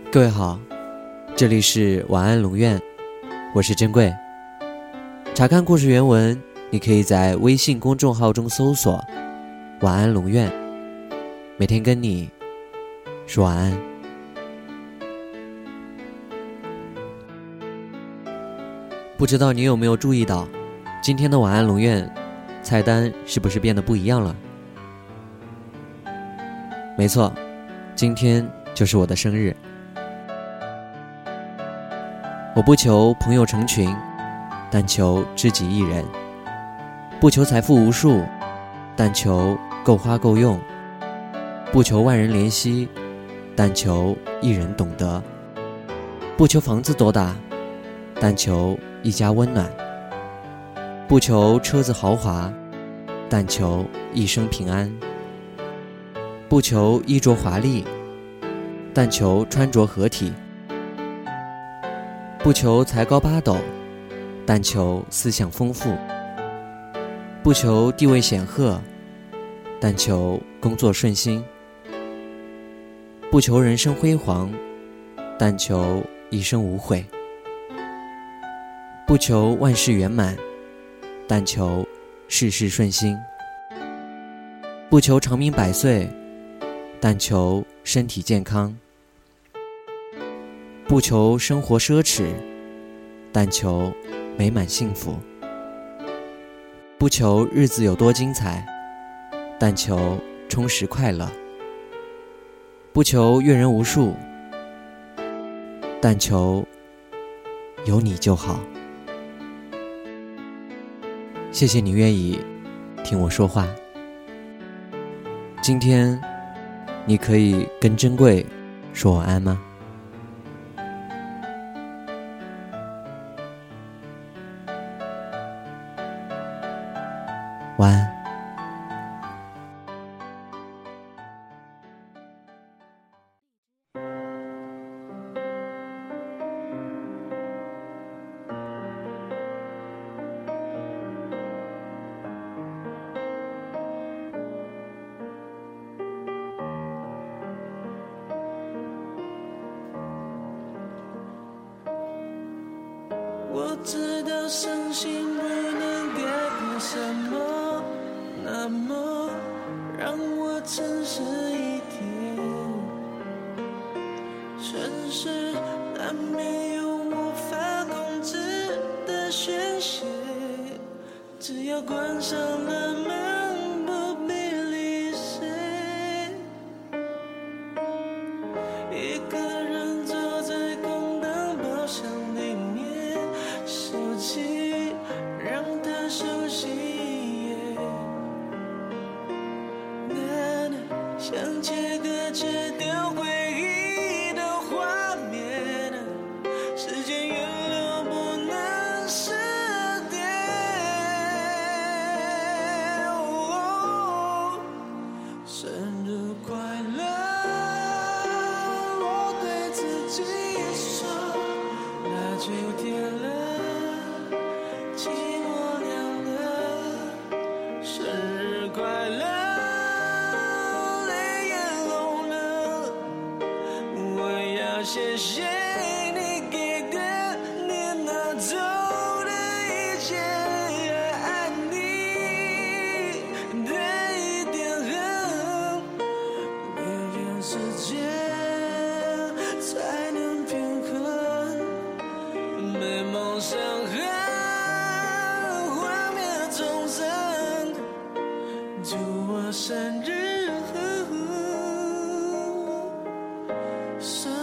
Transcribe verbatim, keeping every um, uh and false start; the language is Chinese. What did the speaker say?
各位好，这里是晚安龙院，我是珍贵。查看故事原文，你可以在微信公众号中搜索晚安龙院，每天跟你说晚安。不知道你有没有注意到，今天的晚安龙院菜单是不是变得不一样了？没错，今天就是我的生日。我不求朋友成群，但求知己一人；不求财富无数，但求够花够用；不求万人怜惜，但求一人懂得；不求房子多大，但求一家温暖；不求车子豪华，但求一生平安；不求衣着华丽，但求穿着合体；不求才高八斗，但求思想丰富；不求地位显赫，但求工作顺心；不求人生辉煌，但求一生无悔；不求万事圆满，但求事事顺心；不求长命百岁，但求身体健康；不求生活奢侈，但求美满幸福；不求日子有多精彩，但求充实快乐；不求阅人无数，但求有你就好。谢谢你愿意听我说话。今天你可以跟珍贵说晚安吗？晚安。 我知道伤心不能改变什么，那么让我诚实一点。城市难免有无法控制的宣泄，只要关上了门，不必理谁。一个人坐在空荡包厢里面，手机让它休息，难想切割切掉回忆的画面，时间原流不能失点。哦，生日快乐，我对自己说，那就甜了，寂寞凉了。生日快乐，泪也红了，我要谢谢你给的，你拿走的一切，爱你的一点恨，没人世界才能平衡，被梦伤痕幻灭终生。祝我生日，生